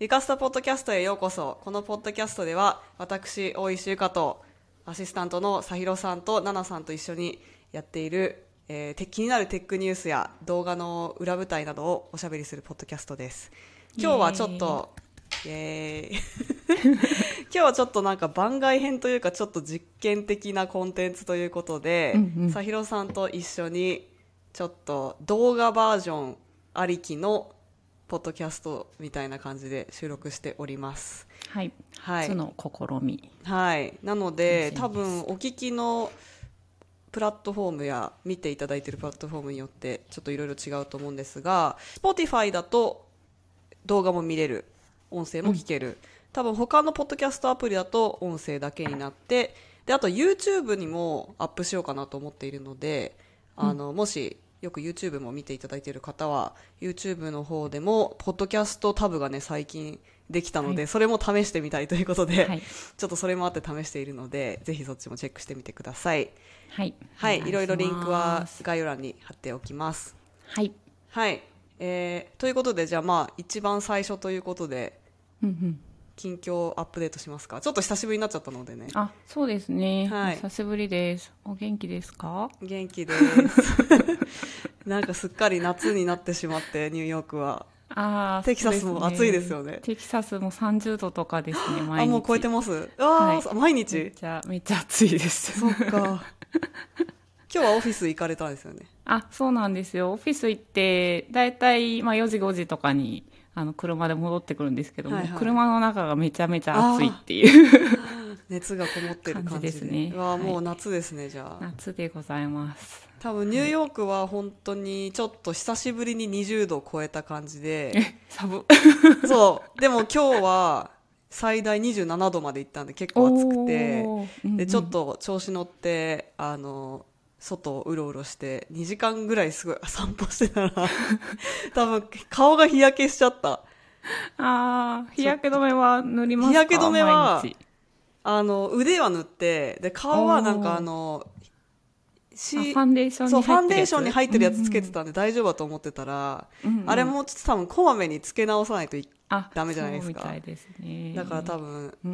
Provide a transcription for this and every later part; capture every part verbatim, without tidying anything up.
ゆかすたポッドキャストへようこそ。このポッドキャストでは私大石ゆかとアシスタントのさひろさんとななさんと一緒にやっている、えー、気になるテックニュースや動画の裏舞台などをおしゃべりするポッドキャストです。今日はちょっとイエーイ今日はちょっとなんか番外編というかちょっと実験的なコンテンツということで、うんうん、さひろさんと一緒にちょっと動画バージョンありきのポッドキャストみたいな感じで収録しております。 はい、はい、初の試み。 はい、なので多分お聞きのプラットフォームや見ていただいているプラットフォームによってちょっといろいろ違うと思うんですが、 Spotify だと動画も見れる、音声も聞ける、うん、多分他のポッドキャストアプリだと音声だけになって、であと YouTube にもアップしようかなと思っているので、あの、うん、もしよく YouTube も見ていただいている方は YouTube の方でもポッドキャストタブがね最近できたので、はい、それも試してみたいということで、はい、ちょっとそれもあって試しているのでぜひそっちもチェックしてみてください。 はい、 はい、いろいろリンクは概要欄に貼っておきます。 はい、 はい、えー、ということでじゃあまあ一番最初ということで、うんうん、近況アップデートしますか。ちょっと久しぶりになっちゃったのでね。 あ、そうですね、はい、久しぶりです。お元気ですか？ 元気ですなんかすっかり夏になってしまってニューヨークは。あ、テキサスも暑いですよね。 テキサスもさんじゅうどとかですね。毎日。 あ、もう超えてます。あ、はい、毎日めっちゃめっちゃ暑いですそっか今日はオフィス行かれたんですよね。 あ、そうなんですよ。オフィス行ってだいたいまあよじごじとかにあの車で戻ってくるんですけども、はいはい、車の中がめちゃめちゃ暑いっていう熱がこもってる感じで、感じですね。わあ、もう夏ですね、はい、じゃあ夏でございます。 多分ニューヨークは本当にちょっと久しぶりににじゅうどを超えた感じで、 え、寒そうでも今日は最大にじゅうななどまで行ったんで結構暑くて、うんうん、でちょっと調子乗ってあの外をうろうろしてにじかんぐらいすごい散歩してたら多分顔が日焼けしちゃった。 あー、日焼け止めは塗りますか？ 日焼け止めはあの腕は塗って、で顔はなんかあのしファンデーションに入ってるやつ、 そうファンデーションに入ってるやつつけてたんで大丈夫だと思ってたら、うんうん、あれもちょっと多分こまめにつけ直さないとダメじゃないですか。 そうみたいですね。 だから多分、うんうん、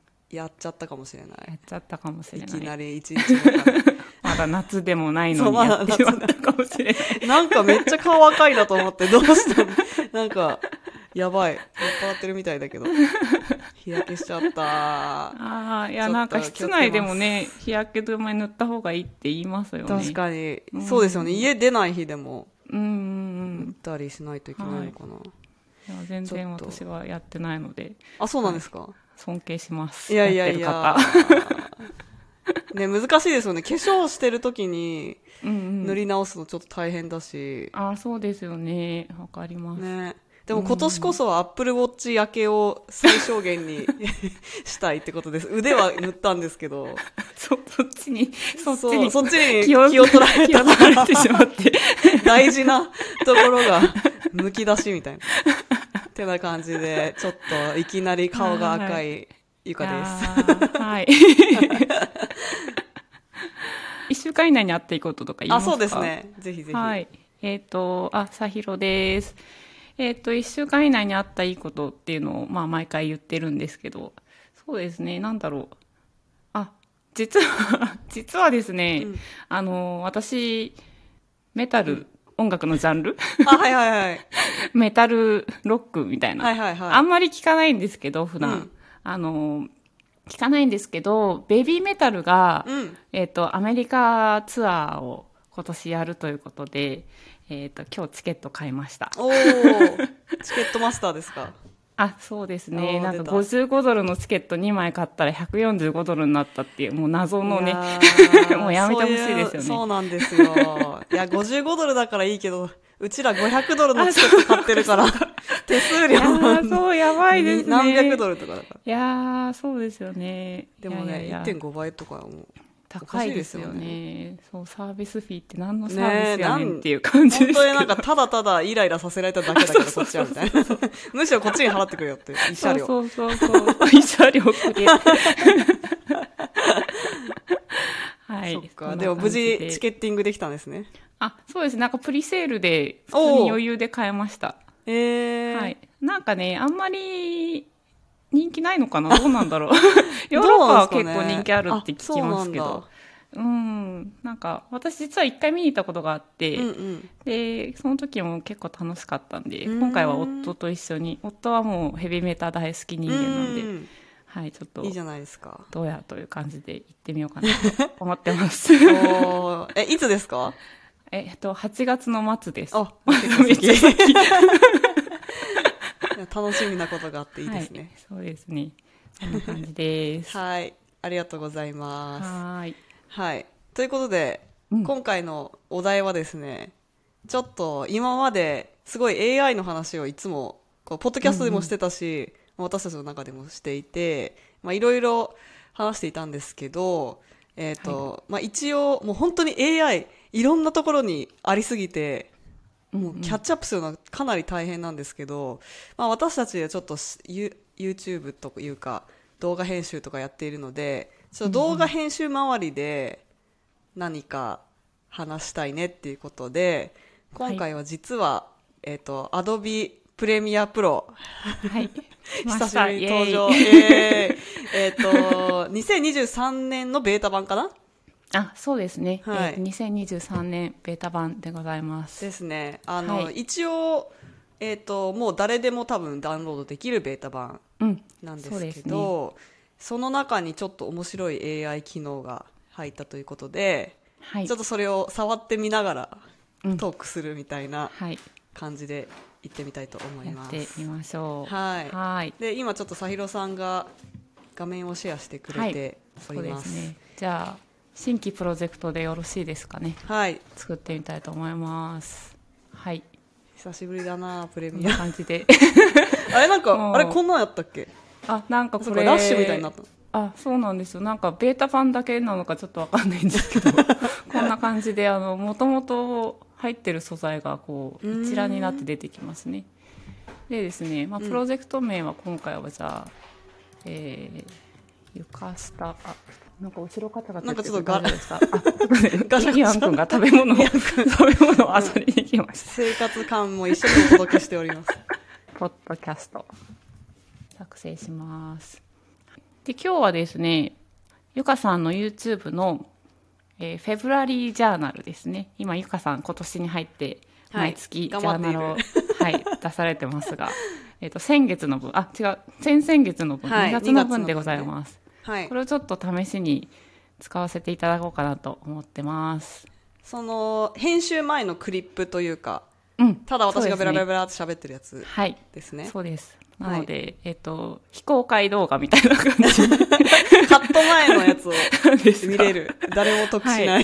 やっちゃったかもしれない。 やっちゃったかもしれない。 いきなり一日目からまだ夏でもないのにやってしまったかもしれない。 なんかめっちゃ顔赤いなと思ってどうしたのなんかやばい、酔っ払ってるみたいだけど日焼けしちゃった。 ああ、いやなんか室内でもね日焼け止め塗った方がいいって言いますよね。 確かに、うん、そうですよね。家出ない日でもうんうん、 塗ったりしないといけないのかな、はい、 いや全然私はやってないので。 あ、そうなんですか、はい、 尊敬します。 いやいやいやね、難しいですよね。化粧してる時に塗り直すのちょっと大変だし、 うんうん、あ、そうですよね。わかりますね。 でも今年こそはアップルウォッチ焼けを最小限にしたいってことです。腕は塗ったんですけどそ, そっちにそっちにそっちに気を取られた気を取られてしまって大事なところがむき出しみたいなってな感じで、ちょっといきなり顔が赤いゆかです。 はいいっしゅうかん以内に会っていこうととか言いますか？ あ、そうですね。ぜひぜひ。 はい。えっ、ー、と、あ、さひろです。えっ、ー、と、いっしゅうかん以内にあったいいことっていうのを、まあ、毎回言ってるんですけど、そうですね、なんだろう。あ、実は、実はですね、うん、あの、私、メタル、うん、音楽のジャンルあ、はいはいはい。 メタルロックみたいな。 はいはいはい。 あんまり聞かないんですけど、普段。うん、あの、聞かないんですけど、ベビーメタルが、うん、えっと、アメリカツアーを今年やるということで、えっと、今日チケット買いました。 おー、チケットマスターですか？ あ、そうですね。なんかごじゅうごドルのチケットにまい買ったらひゃくよんじゅうごドルになったっていう、もう謎のね、もうやめてほしいですよね。 そういう、そうなんですよ。いや、ごじゅうごドルだからいいけど、うちらごひゃくドルのチケット買ってるから、手数料そう、やばいですね。 何百ドルとかだから。 いやー、そうですよね。 でもね、いやいやいや いってんご 倍とかはもう。 高いですよね。そう、サービスフィーって何のサービスやねんっていう感じですけど、 ね、本当になんかただただイライラさせられただけだけどこっちはみたいなむしろこっちに払ってくれよって慰謝料。 そうそうそうそう慰謝料くれはい。 そっか。でも無事チケッティングできたんですね。 あ、そうです。なんかプリセールで普通に余裕で買えました。 えー、 はい。 なんかね、あんまり人気ないのかな、どうなんだろう。ヨーロッパは結構人気あるって聞きますけど。うん、なんか私実は一回見に行ったことがあって、 うんうん、 でその時も結構楽しかったんで、今回は夫と一緒に、夫はもうヘビメタ大好き人間なんで、んはい、ちょっといいじゃないですか。 どうやという感じで行ってみようかなと思ってますおえいつですか？ えっとはちがつの末です。 あ、めっちゃ先楽しみなことがあっていいですね。 はい、そうですね、そんな感じですはい、ありがとうございます。 はい、 はい、ということで、うん、今回のお題はですね、ちょっと今まですごい エーアイ の話をいつもこうポッドキャストでもしてたし、うんうん、私たちの中でもしていて、まあいろいろ話していたんですけど、えっと、はい、まあ一応もう本当に エーアイ いろんなところにありすぎて、もうキャッチアップするのはかなり大変なんですけど、まあ、私たちでちょっと YouTube というか動画編集とかやっているので、ちょっと動画編集周りで何か話したいねっていうことで、今回は実は、はい、えっと Adobe Premiere Pro、はい、久しぶりに登場。えー、えー、とにせんにじゅうさんねんのベータ版かな。 あ、そうですね、 はい、 えー、にせんにじゅうさんねんベータ版でございますですね。あの、 はい、 一応、えーと、もう誰でも多分ダウンロードできるベータ版なんですけど、うん そ, ね、その中にちょっと面白い エーアイ 機能が入ったということで、はい、ちょっとそれを触ってみながらトークするみたいな感じで行ってみたいと思います。 やってみましょう。 はい、はい、で今ちょっとさひろさんが画面をシェアしてくれております。 はい、そうですね。じゃあ新規プロジェクトでよろしいですかね。 はい、 作ってみたいと思います。はい、 久しぶりだなプレミアこんな感じであれなんかあれこんなんやったっけ？ あ、なんかこれラッシュみたいになったの。 あ、そうなんですよ。なんかベータ版だけなのかちょっとわかんないんですけどこんな感じで、あのもともと入ってる素材がこう一覧になって出てきますね。でですね、まあ、プロジェクト名は今回はじゃあ、うん、えー、床下、あ、なんか後ろ肩がついてる。 なんかちょっとガラですか。あ、ガシャイアン君が食べ物を食べ物を遊びに来ました。 生活感も一緒にお届けしております。 ポッドキャスト作成します。で今日はですね、ゆかさんの YouTube の、えー、フェブラリージャーナルですね。今ゆかさん今年に入って毎月ジャーナルを、はいはい、出されてますが、えーと先月の分、あ、違う、先々月の分、はい、にがつの分でございます。はい、これをちょっと試しに使わせていただこうかなと思ってます。 その編集前のクリップというか、うん、ただ私がベラベラベラって喋ってるやつですね。 はい、そうです。なので、はい、えっと非公開動画みたいな感じカット前のやつを見れる。誰も得しない、はい、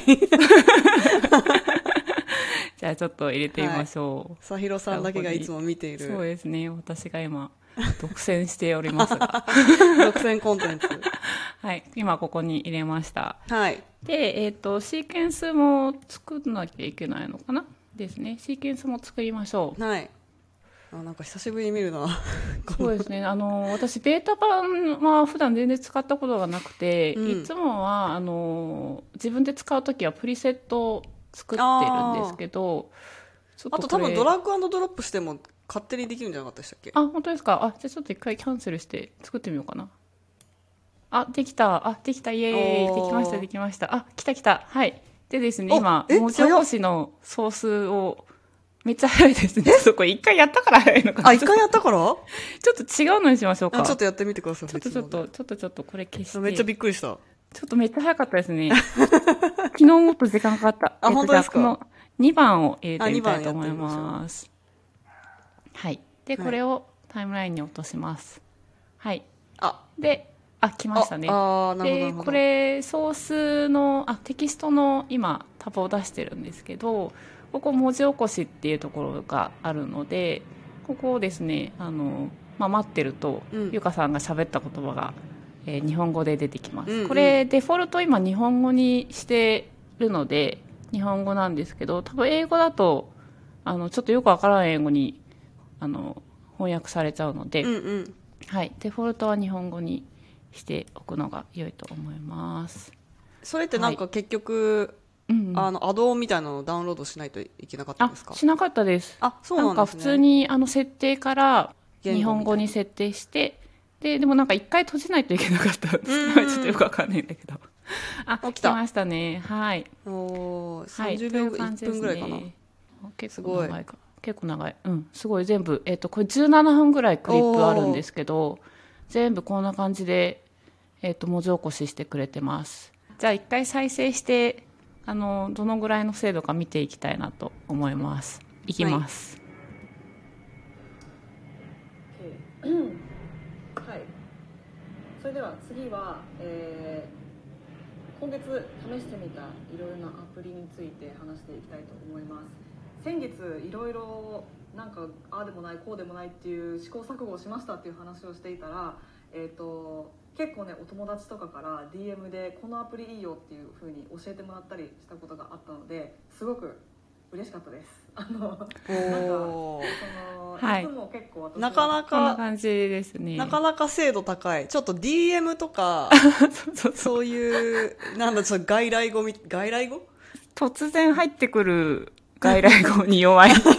じゃあちょっと入れてみましょう。はい、 さひろさんだけがいつも見ている。 そうですね、私が今独占しておりますが独占コンテンツはい、今ここに入れました。 はい、 で、えーと、シーケンスも作んなきゃいけないのかなですね。シーケンスも作りましょう。 はい、あ、なんか久しぶりに見るなそうですね、あの私ベータ版は普段全然使ったことがなくて、うん、いつもはあの自分で使うときはプリセットを作ってるんですけど、 ちょっとあと多分ドラッグ&ドロップしても勝手にできるんじゃなかったでしたっけ？ あ、本当ですか。あ、じゃあちょっと一回キャンセルして作ってみようかな。あ、できた。あ、できた。イエーイ。できました、できました。あ、来た来た。はい。でですね、今、文字起こしのソースを、めっちゃ早いですね。そこ一回やったから早いのかな。 あ、一回やったからちょっと違うのにしましょうか。 ちょっとやってみてください。 ちょっとちょっと、ちょっとちょっとこれ消して。 めっちゃびっくりした。 ちょっとめっちゃ早かったですね。昨日もっと時間かかった。 あ、本当ですか。 このにばんを入れてみたいと思います。はい。で、これをタイムラインに落とします。はい。 あ、 で、あ、来ましたね。 あ、なるほど。 で、これソースのあテキストの今タブを出してるんですけど、ここ文字起こしっていうところがあるので、ここをですね、あの、まあ、待ってると、うん、ゆかさんが喋った言葉が、えー、日本語で出てきます。うんうん、これデフォルト今日本語にしてるので日本語なんですけど、多分英語だとあのちょっとよくわからない英語にあの翻訳されちゃうので、うんうん、はい、デフォルトは日本語にしておくのが良いと思います。 それってなんか結局、はいうんうん、あのアドオンみたいなのをダウンロードしないといけなかったんですか？ あ、しなかったです。 あ、そうなんですね。 なんか普通にあの設定から言語みたいな。 日本語に設定して、ででもなんか一回閉じないといけなかったちうんうんょっとよくわかんないんだけどあ、 起きた来ましたね。はい。 おー、 はい、 さんじゅうびょう、いっぷんぐらいかな。 結構長いか。結構長い。うん、すごい全部、えっと、これじゅうななふんぐらいクリップあるんですけど、全部こんな感じで、えっと、文字起こししてくれてます。じゃあ一回再生して、あの、どのぐらいの精度か見ていきたいなと思います。いきます。 はい、はい、それでは次は、えー、今月試してみたいろいろなアプリについて話していきたいと思います。先月いろいろなんかああでもないこうでもないっていう試行錯誤をしましたっていう話をしていたら、えーと、結構ねお友達とかから ディーエム でこのアプリいいよっていう風に教えてもらったりしたことがあったので、すごく嬉しかったです。あのなんかその、はい、いつも結構私なかなかこんな感じですね。 なかなか精度高い。ちょっと ディーエム とかそうそうそう、 そういうなんだちょっと外来語み外来語突然入ってくる外来語に弱い確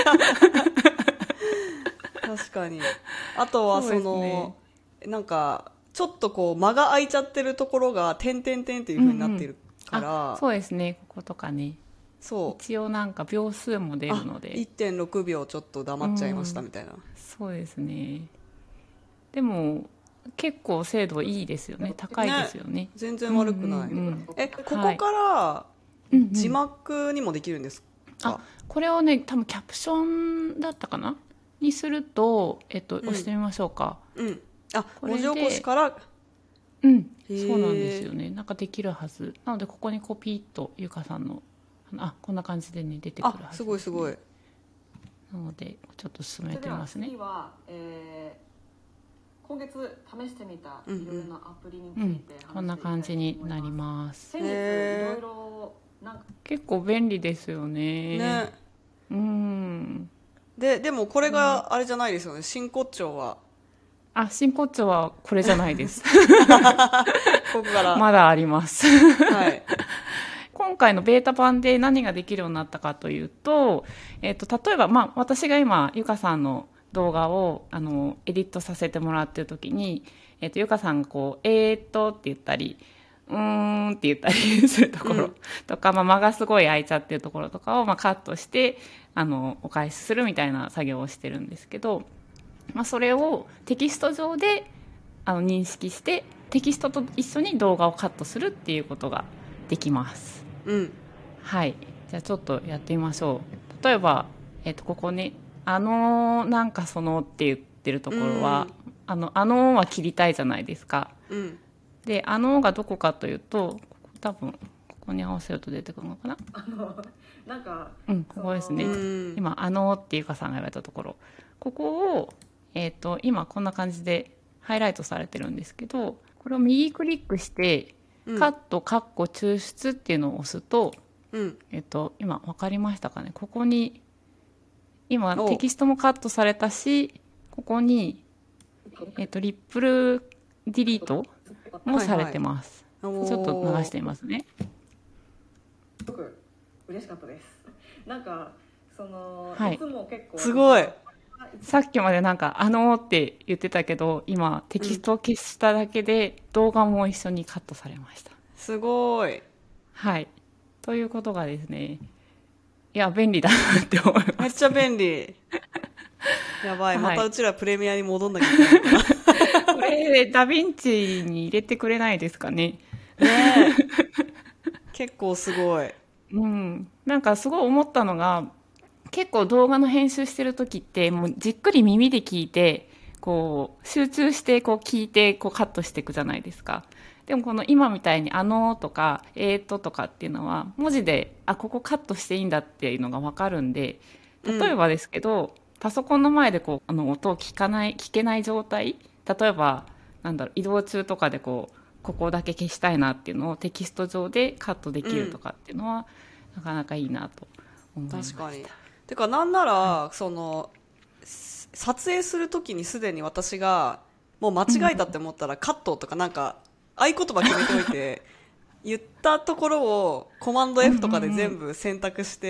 かに。あとはそのそ、ね、なんかちょっとこう間が空いちゃってるところが点々点っていう風になっているから、 うんうん、そうですね、こことかね。そう一応なんか秒数も出るのでいってんろくびょうちょっと黙っちゃいましたみたいな、うん、 そうですね。でも結構精度いいですよね。高いですよね。ね、 全然悪くない、うんうんうん、えここから字幕にもできるんですか？ はい、あこれをね多分キャプションだったかなにすると、えっと、押してみましょうか。 うん、うん、あ文字起こしからうんそうなんですよね。なんかできるはずなので、ここにコピーっとゆかさんのあこんな感じでね出てくるはずです、ね、 あすごいすごい。 なのでちょっと進めてみますね。 次は、えー、今月試してみたいろいろなアプリについて話していきたいと思います、うんうん、 こんな感じになります。 先月いろいろなんか結構便利ですよね。 ねうんででもこれがあれじゃないですよね、真骨頂は。 あ真骨頂はこれじゃないですここからまだありますはい今回のベータ版で何ができるようになったかというと、えっと、例えば、まあ、私が今ゆかさんの動画をあのエディットさせてもらっている時に、えっと、ゆかさんがこうえーっとって言ったりうーんって言ったりするところとか、うんまあ、間がすごい空いちゃってるところとかを、まあ、カットしてあのお返しするみたいな作業をしてるんですけど、まあ、それをテキスト上であの認識してテキストと一緒に動画をカットするっていうことができます。 うん、 はい、じゃあちょっとやってみましょう。例えば、えー、とここねあのー、なんかそのって言ってるところは、うん、あのあのーは切りたいじゃないですか、 うん、 であのーがどこかというと多分ここに合わせると出てくるのかな。 あのなんかうんここですね、うん、今あのーってゆかさんが言われたところ、ここを、えー、と今こんな感じでハイライトされてるんですけど、これを右クリックしてカットカッコ抽出っていうのを押すと、うんえっと、今分かりましたかね。ここに今テキストもカットされたし、ここに、えっと、リップルディリートもされてます、はいはい、ちょっと流してみますね。 すごく嬉しかったです。なんかその、 はい、 いつも結構すごいさっきまでなんかあのーって言ってたけど、今テキストを消しただけで動画も一緒にカットされました。 すごい。 はいということがですね、いや便利だなって思います。 めっちゃ便利やばい、またうちらプレミアに戻んなきゃいけないかなこれダヴィンチに入れてくれないですかね。 ね結構すごい。 うんなんかすごい思ったのが、結構動画の編集してる時ってもうじっくり耳で聞いてこう集中してこう聞いてこうカットしていくじゃないですか。でもこの今みたいにあのとかえーととかっていうのは文字であここカットしていいんだっていうのが分かるんで、例えばですけど、うん、パソコンの前でこうあの音を聞かない聞けない状態、例えばなんだろう移動中とかでこうここだけ消したいなっていうのをテキスト上でカットできるとかっていうのは、うん、なかなかいいなと思いました。 確かに。てかなんなら、はい、その撮影するときにすでに私がもう間違えたって思ったらカットとかなんか合言葉決めておいて言ったところをコマンド F とかで全部選択して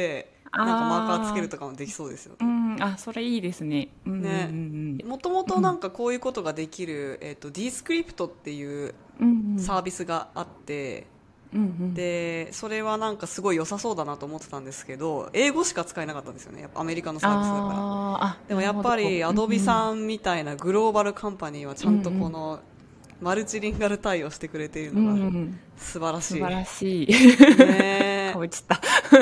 なんかマーカーつけるあとかもできそうですよあ、うね。 ん、あ、それいいですね。うんうんね、 うんもともとなんかこういうことができる、えっと、Descript っていううんうんサービスがあって、 うんうんでそれはなんかすごい良さそうだなと思ってたんですけど、英語しか使えなかったんですよね、やっぱアメリカのサービスだから。 あーあ、 でもやっなるほど。 ぱりアうんドビさんみたいなグローバルカンパニーはちゃんとこのマルチリンガル対応してくれているうんのがうん、 素晴らしい。 素晴らしい。かねぶっちゃった。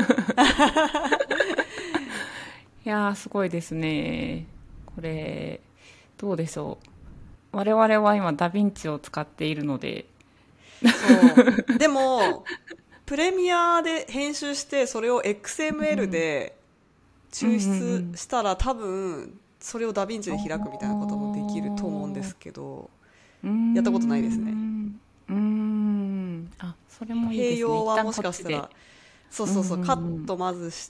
いやー、すごいですね。これ、どうでしょう。我々は今、ダヴィンチを使っているので、 え、そう。でも、プレミアで編集してそれを エックスエムエル で抽出したら多分それをダヴィンチで開くみたいなこともできると思うんですけど、 うーん、 やったことないですね。 うーん、あ、それもいいですね。 併用はもし一旦こっちで。 かしたら、そううんそうそう、 うんうんカットまずして、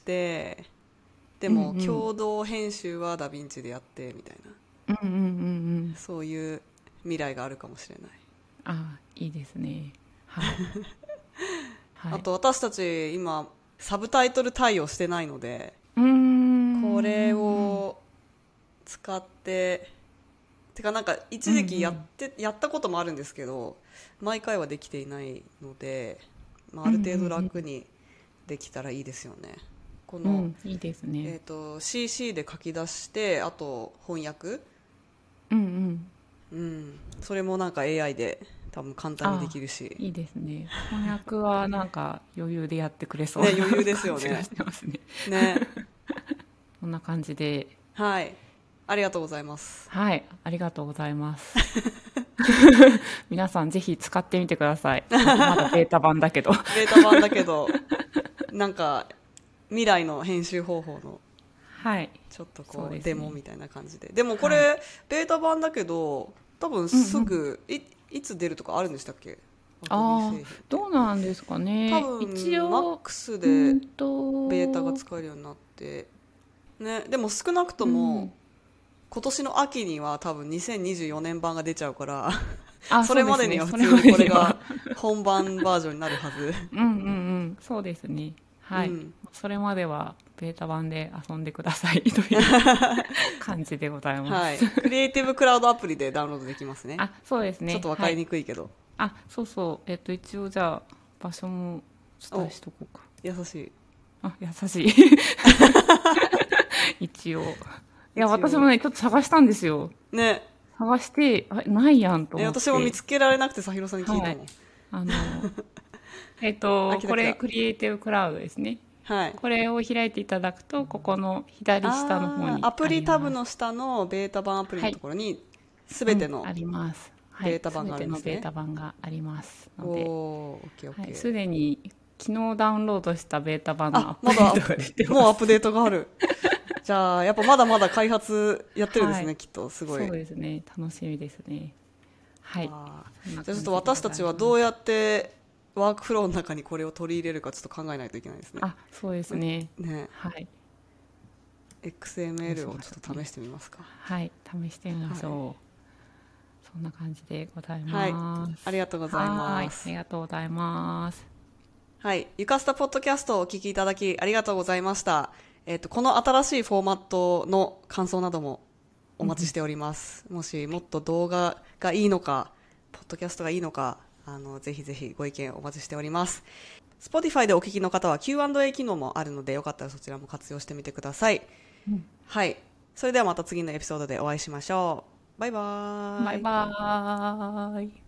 でうんもうん共同編集はダヴィンチでやってみたいな、 うんうんうんうん。 そういう未来があるかもしれない。 あ、いいですね。はい。はい。 あと私たち今サブタイトル対応してないので、 うーん。 これを使っててかなんか一時期やって、やったこともあるんですけど毎回はできていないので、まあ、ある程度楽にできたらいいですよね。この、 うん、いいですえね。 ー、と シーシー で書き出してあと翻訳、 うんうん。 うん、それもなんか エーアイ で多分簡単にできるし、 いいですね。翻訳はなんか余裕でやってくれそうなね、余裕ですよね感じがしてますね。 ね。 こんな感じで、 はい、ありがとうございます。 はい、ありがとうございます。皆さんぜひ使ってみてください。まだベータ版だけど。 ベータ版だけどなんか未来の編集方法のはい。 ちょっとこうそうですねデモみたいな感じで、でもこれ、 はベータ版だけど多分すぐ、いいつ出るとかあるんでしたっけ、 ああ、 Adobe 製品。 どうなんですかね。 多分一応、 マックスうでんと、 ベータが使えるようになってね。でも少なくとうもん今年の秋には多分にせんにじゅうよねん版が出ちゃうからあ、 それまでには普そうですね通にこれがそまで本番バージョンになるはず。 にはうんうんうん、そうですね。はい。 うんそれまではベータ版で遊んでくださいという感じでございます。 はい、クリエイティブクラウドアプリでダウンロードできますね。 あ、そうですね。 ちょっと分かりはい、 にくいけど、 あ、そうそう。えっと、一応じゃあ、場所もお伝えしとこうか。 優しい。 あ、優しい。一応。いや、 一応私もね、ちょっと探したんですよ。 ね、 探して、あ、ないやんとえ思って。 私も見つけられなくてさひろさんに聞いたもん。 はいあの、えっあと来た来、たこれ、クリエイティブクラウドですね。 はい、 これを開いていただくと、ここの左下の方にあります。 あーアプリタブの下のベータ版アプリのところに全ての、 うんあります。はい、 ベータ版があるんですね全てのベータ版がありますので、 おーオッケーオッケー、 はい、すでに昨日ダウンロードしたベータ版のアあまだップデートが出てます。 もうアップデートがある。じゃあやっぱまだまだ開発やってるんですね、 はいきっとすごい。 そうですね。楽しみですね。はい。 あそんなーじゃあちょっと感じでございます私たちはどうやってワークフローの中にこれを取り入れるかちょっと考えないといけないですね。 あ、そうですね。 ね、 はい。 エックスエムエル をちょっと試してみますか。 はい。試してみましょう。そんな感じでございはい、 ます。 ありがとうございはい。あます。 りがとうございます。 はい、ゆかすたポッドキャストをお聞きいただきありがとうございました。えっとこの新しいフォーマットの感想などもお待ちしております。もしもっと動画がいいのか、ポッドキャストがいいのか、あのぜひぜひご意見お待ちしております。Spotify でお聞きの方は キューアンドエー 機能もあるのでよかったらそちらも活用してみてください。 うんはい、それではまた次のエピソードでお会いしましょう。バイバーイ。 バイバーイ。